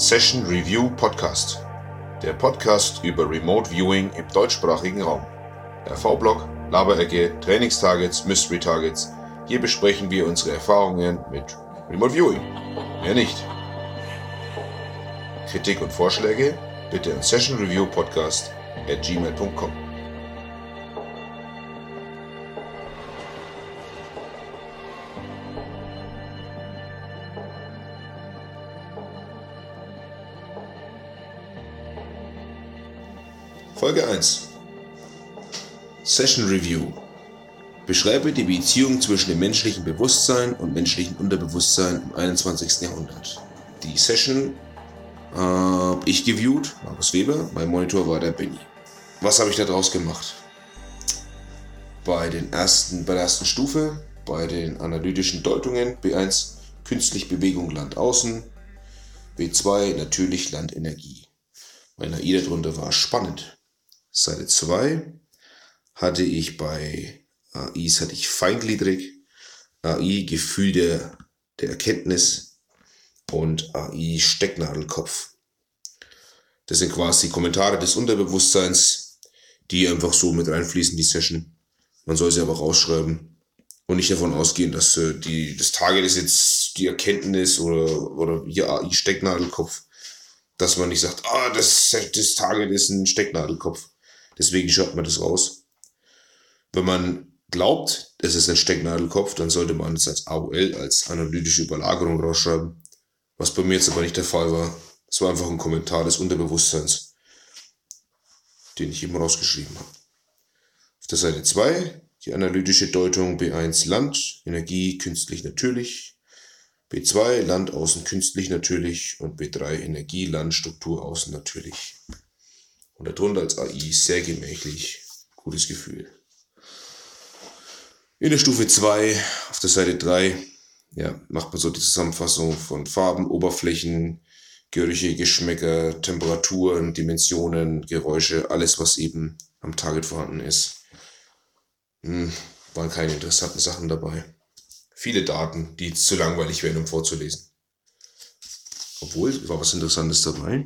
Session Review Podcast. Der Podcast über Remote Viewing im deutschsprachigen Raum. RV-Blog, Laberecke, Trainingstargets, Mystery Targets. Hier besprechen wir unsere Erfahrungen mit Remote Viewing. Mehr nicht. Kritik und Vorschläge bitte an sessionreviewpodcast@gmail.com. Folge 1. Session Review. Beschreibe die Beziehung zwischen dem menschlichen Bewusstsein und menschlichen Unterbewusstsein im 21. Jahrhundert. Die Session habe ich geviewt, Markus Weber, mein Monitor war der Benny. Was habe ich da draus gemacht? Bei der ersten Stufe, bei den analytischen Deutungen, B1 künstlich Bewegung Land außen, B2 natürlich Landenergie. Mein AI darunter war spannend. Seite 2 hatte ich bei AIs feingliedrig, AI Gefühl der Erkenntnis und AI Stecknadelkopf. Das sind quasi Kommentare des Unterbewusstseins, die einfach so mit reinfließen, die Session. Man soll sie aber rausschreiben und nicht davon ausgehen, dass das Target ist jetzt die Erkenntnis oder hier AI Stecknadelkopf, dass man nicht sagt, das Target ist ein Stecknadelkopf. Deswegen schreibt man das raus. Wenn man glaubt, es ist ein Stecknadelkopf, dann sollte man es als AOL, als analytische Überlagerung rausschreiben. Was bei mir jetzt aber nicht der Fall war. Es war einfach ein Kommentar des Unterbewusstseins, den ich eben rausgeschrieben habe. Auf der Seite 2 die analytische Deutung B1 Land, Energie künstlich natürlich, B2 Land außen künstlich natürlich und B3 Energie Land Struktur außen natürlich. Und darunter als AI sehr gemächlich, gutes Gefühl. In der Stufe 2, auf der Seite 3, macht man so die Zusammenfassung von Farben, Oberflächen, Gerüche, Geschmäcker, Temperaturen, Dimensionen, Geräusche, alles was eben am Target vorhanden ist. Waren keine interessanten Sachen dabei. Viele Daten, die zu langweilig wären, um vorzulesen. Obwohl, war was Interessantes dabei.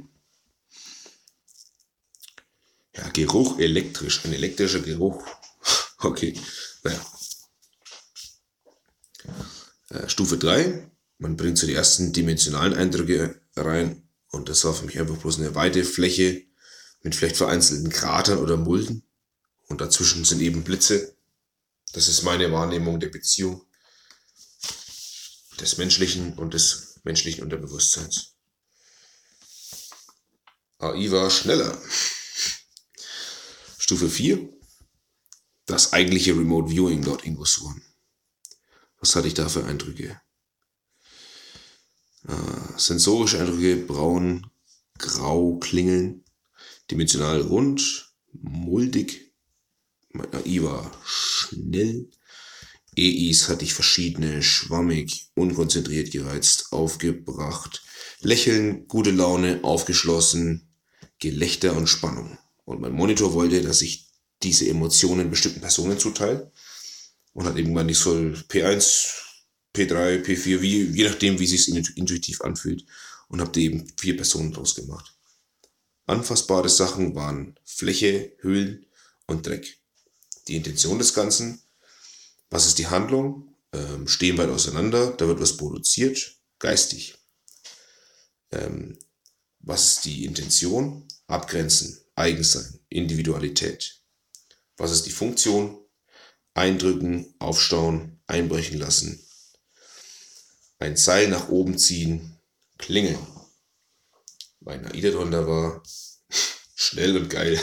Ja, Geruch elektrisch, ein elektrischer Geruch. Okay, naja. Stufe 3, man bringt so die ersten dimensionalen Eindrücke rein und das war für mich einfach bloß eine weite Fläche mit vielleicht vereinzelten Kratern oder Mulden und dazwischen sind eben Blitze. Das ist meine Wahrnehmung der Beziehung des menschlichen und des menschlichen Unterbewusstseins. AI war schneller. Stufe 4, das eigentliche Remote Viewing laut Ingo Suhren. Was hatte ich da für Eindrücke? Sensorische Eindrücke, braun, grau, klingeln, dimensional rund, muldig. Mein AI war schnell. EIs hatte ich verschiedene, schwammig, unkonzentriert, gereizt, aufgebracht, lächeln, gute Laune, aufgeschlossen, Gelächter und Spannung. Und mein Monitor wollte, dass ich diese Emotionen bestimmten Personen zuteile und hat eben gemeint, ich soll P1, P3, P4, je nachdem, wie es sich intuitiv anfühlt und habe eben 4 Personen draus gemacht. Anfassbare Sachen waren Fläche, Höhlen und Dreck. Die Intention des Ganzen, was ist die Handlung? Stehen weit auseinander, da wird was produziert, geistig. Was ist die Intention? Abgrenzen, Eigensein, Individualität. Was ist die Funktion? Eindrücken, aufstauen, einbrechen lassen. Ein Seil nach oben ziehen, klingeln. Mein AI darunter war schnell und geil.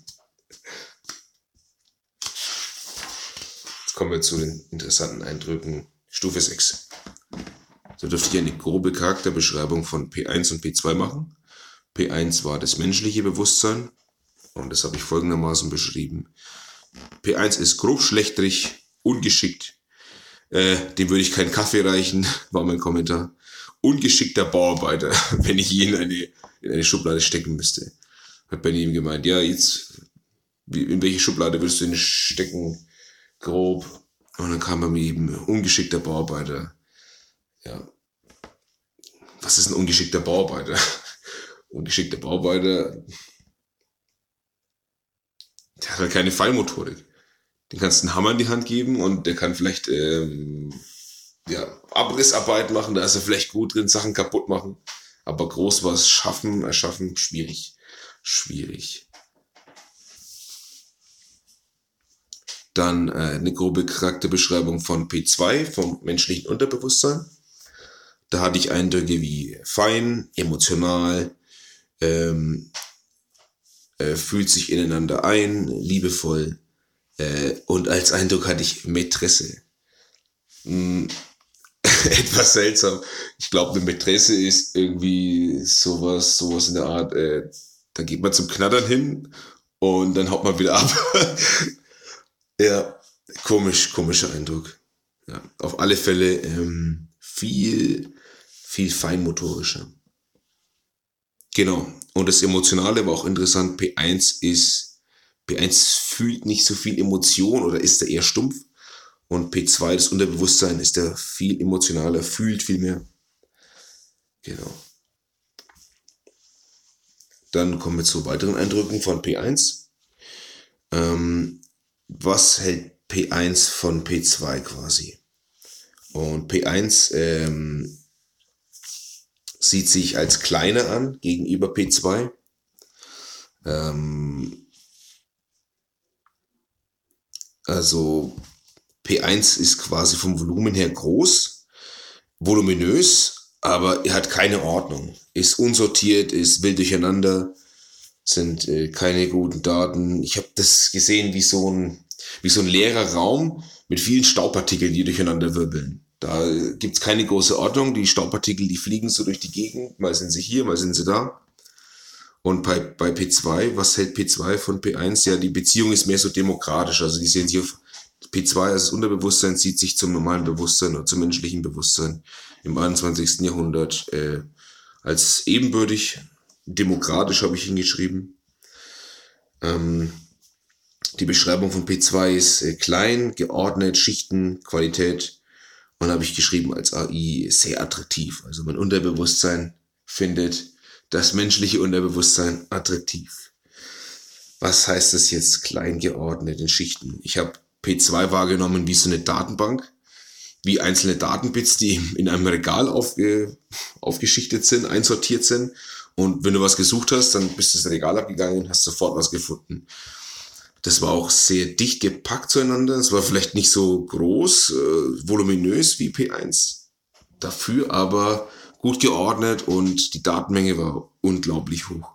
Jetzt kommen wir zu den interessanten Eindrücken. Stufe 6. So dürfte ich eine grobe Charakterbeschreibung von P1 und P2 machen. P1 war das menschliche Bewusstsein und das habe ich folgendermaßen beschrieben. P1 ist grob schlechtrig, ungeschickt. Dem würde ich keinen Kaffee reichen, war mein Kommentar. Ungeschickter Bauarbeiter, wenn ich ihn in eine Schublade stecken müsste. Hat Benny ihm gemeint, ja, jetzt, in welche Schublade würdest du ihn stecken? Grob. Und dann kam bei mir eben ungeschickter Bauarbeiter. Ja. Was ist ein ungeschickter Bauarbeiter? ungeschickter Bauarbeiter, der hat halt keine Feinmotorik. Den kannst du einen Hammer in die Hand geben und der kann vielleicht Abrissarbeit machen, da ist er vielleicht gut drin, Sachen kaputt machen. Aber groß was erschaffen, schwierig. Dann eine grobe Charakterbeschreibung von P2, vom menschlichen Unterbewusstsein. Da hatte ich Eindrücke wie fein, emotional, fühlt sich ineinander ein, liebevoll, und als Eindruck hatte ich Mätresse. Etwas seltsam. Ich glaube, eine Mätresse ist irgendwie sowas in der Art, da geht man zum Knattern hin und dann haut man wieder ab. Ja, komischer Eindruck. Ja, auf alle Fälle viel feinmotorischer. Genau. Und das Emotionale war auch interessant. P1 fühlt nicht so viel Emotion oder ist da eher stumpf. Und P2, das Unterbewusstsein, ist da viel emotionaler, fühlt viel mehr. Genau. Dann kommen wir zu weiteren Eindrücken von P1. Was hält P1 von P2 quasi? Und P1 sieht sich als kleiner an gegenüber P2. Also P1 ist quasi vom Volumen her groß, voluminös, aber er hat keine Ordnung. Ist unsortiert, ist wild durcheinander, sind keine guten Daten. Ich habe das gesehen wie so ein leerer Raum mit vielen Staubpartikeln, die durcheinander wirbeln. Da gibt's keine große Ordnung. Die Staubpartikel, die fliegen so durch die Gegend. Mal sind sie hier, mal sind sie da. Und bei P2, was hält P2 von P1? Ja, die Beziehung ist mehr so demokratisch. Also die sehen sich auf P2 als das Unterbewusstsein zieht sich zum normalen Bewusstsein oder zum menschlichen Bewusstsein im 21. Jahrhundert als ebenbürtig. Demokratisch habe ich hingeschrieben. Die Beschreibung von P2 ist klein, geordnet, Schichten, Qualität. Und habe ich geschrieben als AI sehr attraktiv. Also mein Unterbewusstsein findet das menschliche Unterbewusstsein attraktiv. Was heißt das jetzt klein geordnet in Schichten? Ich habe P2 wahrgenommen wie so eine Datenbank, wie einzelne Datenbits, die in einem Regal aufgeschichtet sind, einsortiert sind. Und wenn du was gesucht hast, dann bist du das Regal abgegangen und hast sofort was gefunden. Das war auch sehr dicht gepackt zueinander. Es war vielleicht nicht so groß, voluminös wie P1. Dafür aber gut geordnet und die Datenmenge war unglaublich hoch.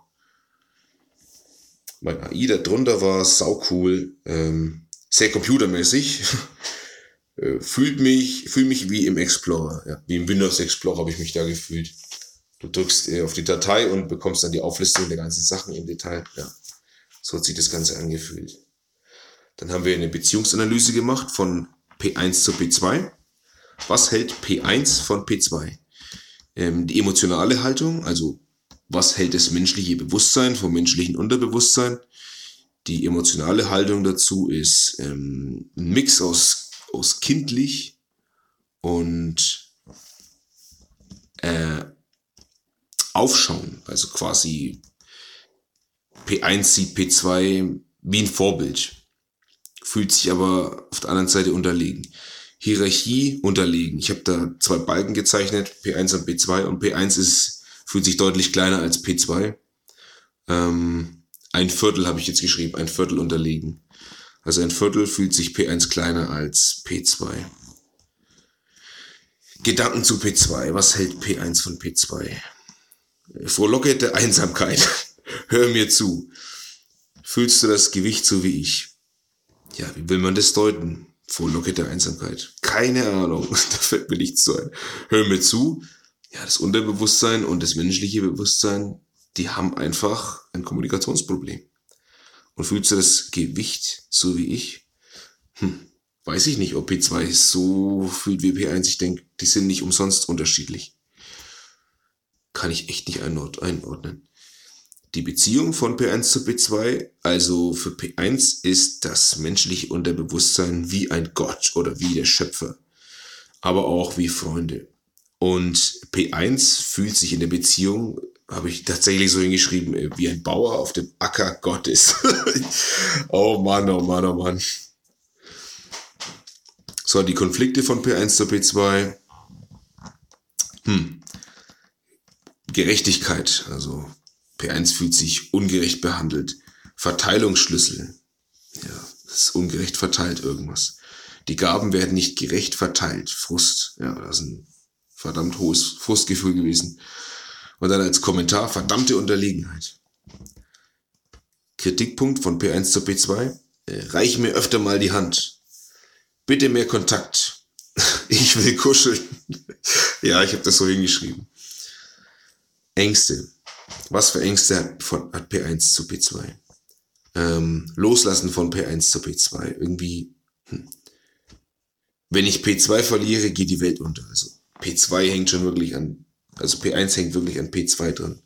Mein AI darunter war saucool, sehr computermäßig. Fühl mich wie im Explorer. Ja, wie im Windows Explorer habe ich mich da gefühlt. Du drückst auf die Datei und bekommst dann die Auflistung der ganzen Sachen im Detail. Ja. So hat sich das Ganze angefühlt. Dann haben wir eine Beziehungsanalyse gemacht von P1 zu P2. Was hält P1 von P2? Die emotionale Haltung, also was hält das menschliche Bewusstsein vom menschlichen Unterbewusstsein? Die emotionale Haltung dazu ist ein Mix aus kindlich und Aufschauen. Also quasi P1 sieht P2 wie ein Vorbild, fühlt sich aber auf der anderen Seite unterlegen. Hierarchie unterlegen. Ich habe da 2 Balken gezeichnet, P1 und P2, und P1 fühlt sich deutlich kleiner als P2. Ein Viertel habe ich jetzt geschrieben, ein Viertel unterlegen. Also ein Viertel fühlt sich P1 kleiner als P2. Gedanken zu P2. Was hält P1 von P2? Frohlockende Einsamkeit. Hör mir zu. Fühlst du das Gewicht so wie ich? Ja, wie will man das deuten? Frohlockende Einsamkeit. Keine Ahnung, da fällt mir nichts zu ein. Hör mir zu. Ja, das Unterbewusstsein und das menschliche Bewusstsein, die haben einfach ein Kommunikationsproblem. Und fühlst du das Gewicht so wie ich? Weiß ich nicht, ob P2 so fühlt wie P1. Ich denke, die sind nicht umsonst unterschiedlich. Kann ich echt nicht einordnen. Die Beziehung von P1 zu P2, also für P1 ist das menschliche Unterbewusstsein wie ein Gott oder wie der Schöpfer, aber auch wie Freunde. Und P1 fühlt sich in der Beziehung habe ich tatsächlich so hingeschrieben, wie ein Bauer auf dem Acker Gottes. Oh Mann, oh Mann, oh Mann. So, die Konflikte von P1 zu P2. Gerechtigkeit, also P1 fühlt sich ungerecht behandelt. Verteilungsschlüssel, ja, das ist ungerecht verteilt irgendwas. Die Gaben werden nicht gerecht verteilt. Frust, ja, das ist ein verdammt hohes Frustgefühl gewesen. Und dann als Kommentar, verdammte Unterlegenheit. Kritikpunkt von P1 zu P2, reich mir öfter mal die Hand. Bitte mehr Kontakt. Ich will kuscheln. Ja, ich habe das so hingeschrieben. Ängste. Was für Ängste hat P1 zu P2? Loslassen von P1 zu P2. Irgendwie, wenn ich P2 verliere, geht die Welt unter. Also P2 hängt schon wirklich an, also P1 hängt wirklich an P2 dran.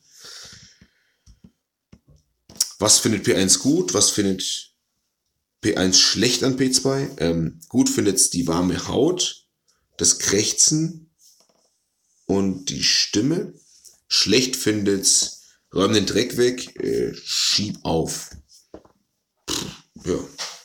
Was findet P1 gut? Was findet P1 schlecht an P2? Gut findet es die warme Haut, das Krächzen und die Stimme. Schlecht findet es, räum den Dreck weg, schieb auf. Ja.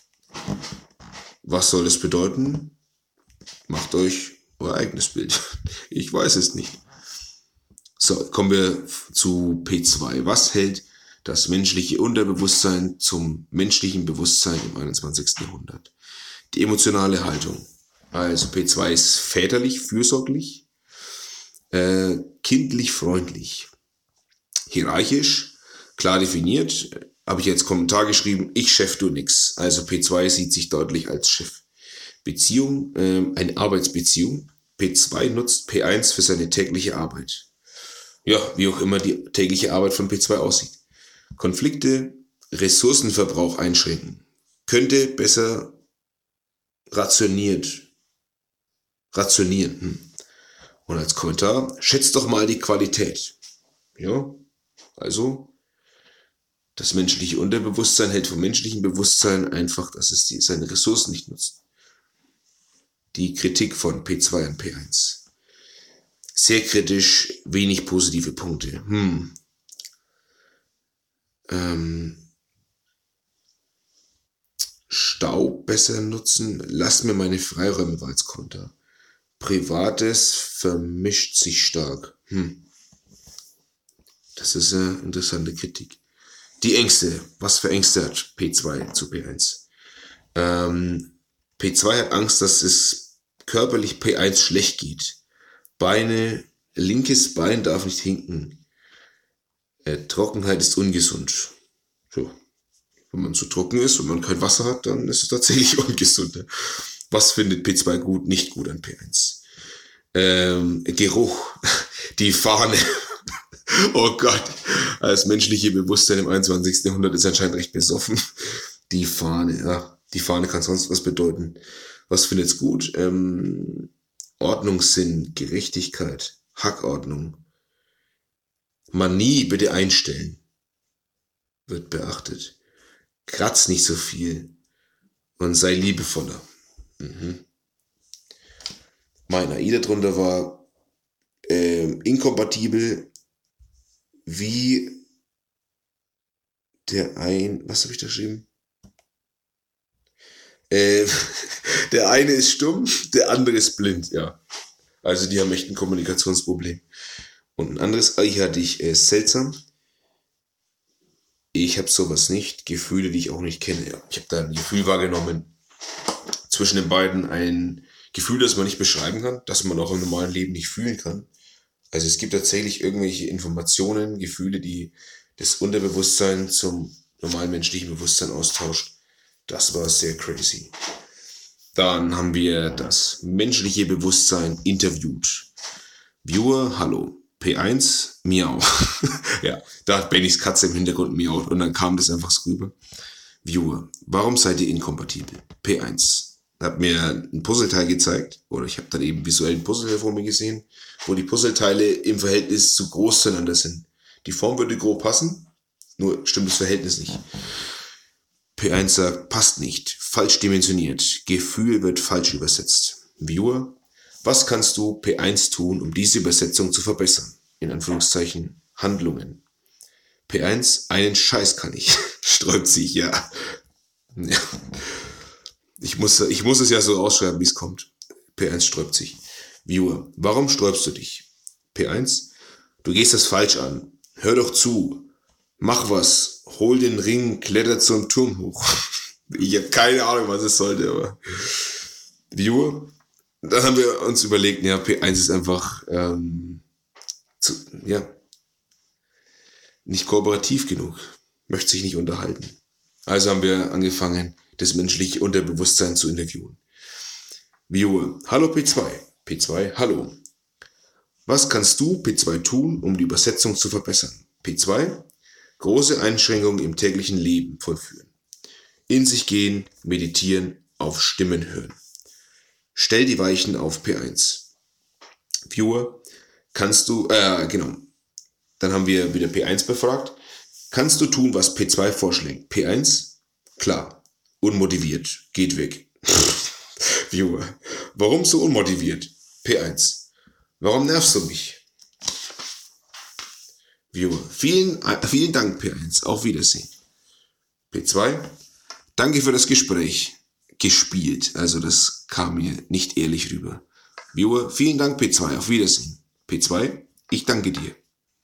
Was soll das bedeuten? Macht euch euer eigenes Bild. Ich weiß es nicht. So, kommen wir zu P2. Was hält das menschliche Unterbewusstsein zum menschlichen Bewusstsein im 21. Jahrhundert? Die emotionale Haltung. Also P2 ist väterlich, fürsorglich, kindlich, freundlich, hierarchisch, klar definiert. Habe ich jetzt Kommentar geschrieben, ich Chef, du nix. Also P2 sieht sich deutlich als Chef. Beziehung, eine Arbeitsbeziehung. P2 nutzt P1 für seine tägliche Arbeit. Ja, wie auch immer die tägliche Arbeit von P2 aussieht. Konflikte, Ressourcenverbrauch einschränken. Könnte besser rationieren. Und als Kommentar, schätzt doch mal die Qualität. Ja, also das menschliche Unterbewusstsein hält vom menschlichen Bewusstsein einfach, dass es seine Ressourcen nicht nutzt. Die Kritik von P2 an P1. Sehr kritisch, wenig positive Punkte. Stau besser nutzen, lass mir meine Freiräume als Konter. Privates vermischt sich stark. Das ist eine interessante Kritik. Die Ängste. Was für Ängste hat P2 zu P1? P2 hat Angst, dass es körperlich P1 schlecht geht. Beine, linkes Bein darf nicht hinken. Trockenheit ist ungesund. So. Wenn man zu trocken ist und man kein Wasser hat, dann ist es tatsächlich ungesund. Was findet P2 gut, nicht gut an P1? Geruch, die Fahne. Oh Gott, das menschliche Bewusstsein im 21. Jahrhundert ist anscheinend recht besoffen. Die Fahne, ja, die Fahne kann sonst was bedeuten. Was findet's gut? Ordnungssinn, Gerechtigkeit, Hackordnung. Manie bitte einstellen. Wird beachtet. Kratz nicht so viel und sei liebevoller. Mein AI darunter war inkompatibel wie was habe ich da geschrieben? Der eine ist stumm, der andere ist blind, ja. Also die haben echt ein Kommunikationsproblem. Und ein anderes AI hatte ich seltsam. Ich habe sowas nicht. Gefühle, die ich auch nicht kenne. Ja. Ich habe da ein Gefühl wahrgenommen. Zwischen den beiden ein Gefühl, das man nicht beschreiben kann, das man auch im normalen Leben nicht fühlen kann. Also es gibt tatsächlich irgendwelche Informationen, Gefühle, die das Unterbewusstsein zum normalen menschlichen Bewusstsein austauscht. Das war sehr crazy. Dann haben wir das menschliche Bewusstsein interviewt. Viewer, hallo. P1, miau. Ja, da hat Bennys Katze im Hintergrund miaut und dann kam das einfach so rüber. Viewer, warum seid ihr inkompatibel? P1 hat mir ein Puzzleteil gezeigt, oder ich habe dann eben visuell ein Puzzleteil vor mir gesehen, wo die Puzzleteile im Verhältnis zu groß zueinander sind. Die Form würde grob passen, nur stimmt das Verhältnis nicht. P1 sagt, passt nicht, falsch dimensioniert, Gefühl wird falsch übersetzt. Viewer, was kannst du P1 tun, um diese Übersetzung zu verbessern? In Anführungszeichen Handlungen. P1, einen Scheiß kann ich. Sträubt sich, ja. Ich muss es ja so ausschreiben, wie es kommt. P1 sträubt sich. Viewer, warum sträubst du dich? P1, du gehst das falsch an. Hör doch zu. Mach was. Hol den Ring, kletter zum Turm hoch. Ich habe keine Ahnung, was es sollte, aber... Viewer, dann haben wir uns überlegt, ja, P1 ist einfach nicht kooperativ genug. Möchte sich nicht unterhalten. Also haben wir angefangen, das menschliche Unterbewusstsein zu interviewen. Viewer, hallo P2. P2, hallo. Was kannst du, P2, tun, um die Übersetzung zu verbessern? P2, große Einschränkungen im täglichen Leben vollführen. In sich gehen, meditieren, auf Stimmen hören. Stell die Weichen auf P1. Viewer, kannst du, Dann haben wir wieder P1 befragt. Kannst du tun, was P2 vorschlägt? P1, klar. Unmotiviert, geht weg. Viewer, warum so unmotiviert? P1, warum nervst du mich? Viewer, vielen Dank P1, auf Wiedersehen. P2, danke für das Gespräch. Gespielt, also das kam mir nicht ehrlich rüber. Viewer, vielen Dank P2, auf Wiedersehen. P2, ich danke dir.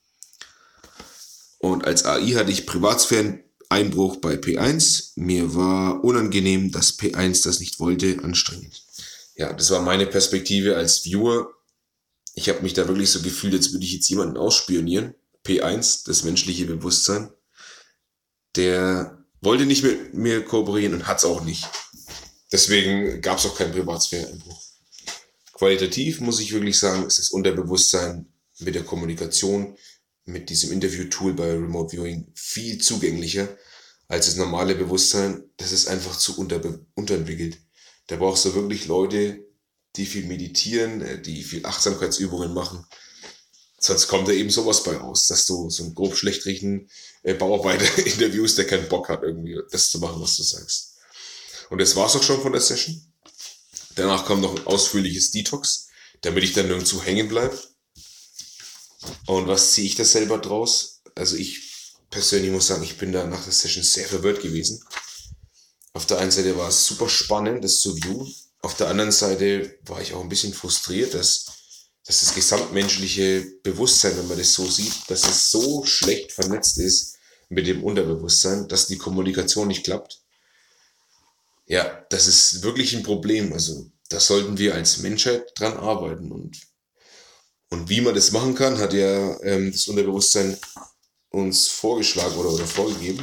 Und als AI hatte ich Privatsphären-Einbruch bei P1. Mir war unangenehm, dass P1 das nicht wollte, anstrengend. Ja, das war meine Perspektive als Viewer. Ich habe mich da wirklich so gefühlt, als würde ich jetzt jemanden ausspionieren. P1, das menschliche Bewusstsein. Der wollte nicht mit mir kooperieren und hat es auch nicht. Deswegen gab es auch keinen Privatsphäre-Einbruch. Qualitativ muss ich wirklich sagen, ist das Unterbewusstsein mit der Kommunikation, mit diesem Interview-Tool bei Remote Viewing viel zugänglicher als das normale Bewusstsein. Das ist einfach zu unterentwickelt. Da brauchst du wirklich Leute, die viel meditieren, die viel Achtsamkeitsübungen machen. Sonst kommt da eben sowas bei raus, dass du so einen grob schlechtrigen Bauarbeiter interviewst, der keinen Bock hat, irgendwie das zu machen, was du sagst. Und das war's auch schon von der Session. Danach kam noch ein ausführliches Detox, damit ich dann nirgendwo hängen bleibe. Und was ziehe ich da selber draus? Also ich persönlich muss sagen, ich bin da nach der Session sehr verwirrt gewesen. Auf der einen Seite war es super spannend, das zu viewen. Auf der anderen Seite war ich auch ein bisschen frustriert, dass das gesamtmenschliche Bewusstsein, wenn man das so sieht, dass es so schlecht vernetzt ist mit dem Unterbewusstsein, dass die Kommunikation nicht klappt. Ja, das ist wirklich ein Problem. Also da sollten wir als Menschheit dran arbeiten. Und wie man das machen kann, hat ja das Unterbewusstsein uns vorgeschlagen oder vorgegeben.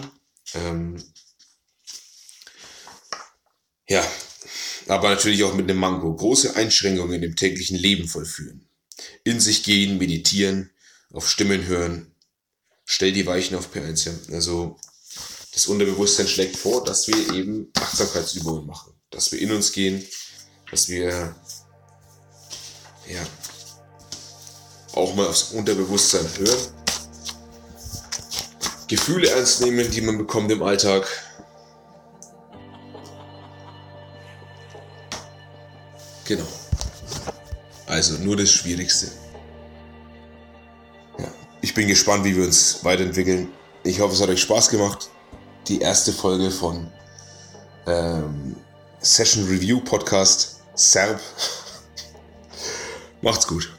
Aber natürlich auch mit einem Manko. Große Einschränkungen im täglichen Leben vollführen. In sich gehen, meditieren, auf Stimmen hören. Stell die Weichen auf P1. Ja. Also das Unterbewusstsein schlägt vor, dass wir eben Achtsamkeitsübungen machen. Dass wir in uns gehen, dass wir auch mal aufs Unterbewusstsein hören. Gefühle ernst nehmen, die man bekommt im Alltag. Genau. Also nur das Schwierigste. Ja, ich bin gespannt, wie wir uns weiterentwickeln. Ich hoffe, es hat euch Spaß gemacht. Die erste Folge von Session Review Podcast Serb. Macht's gut.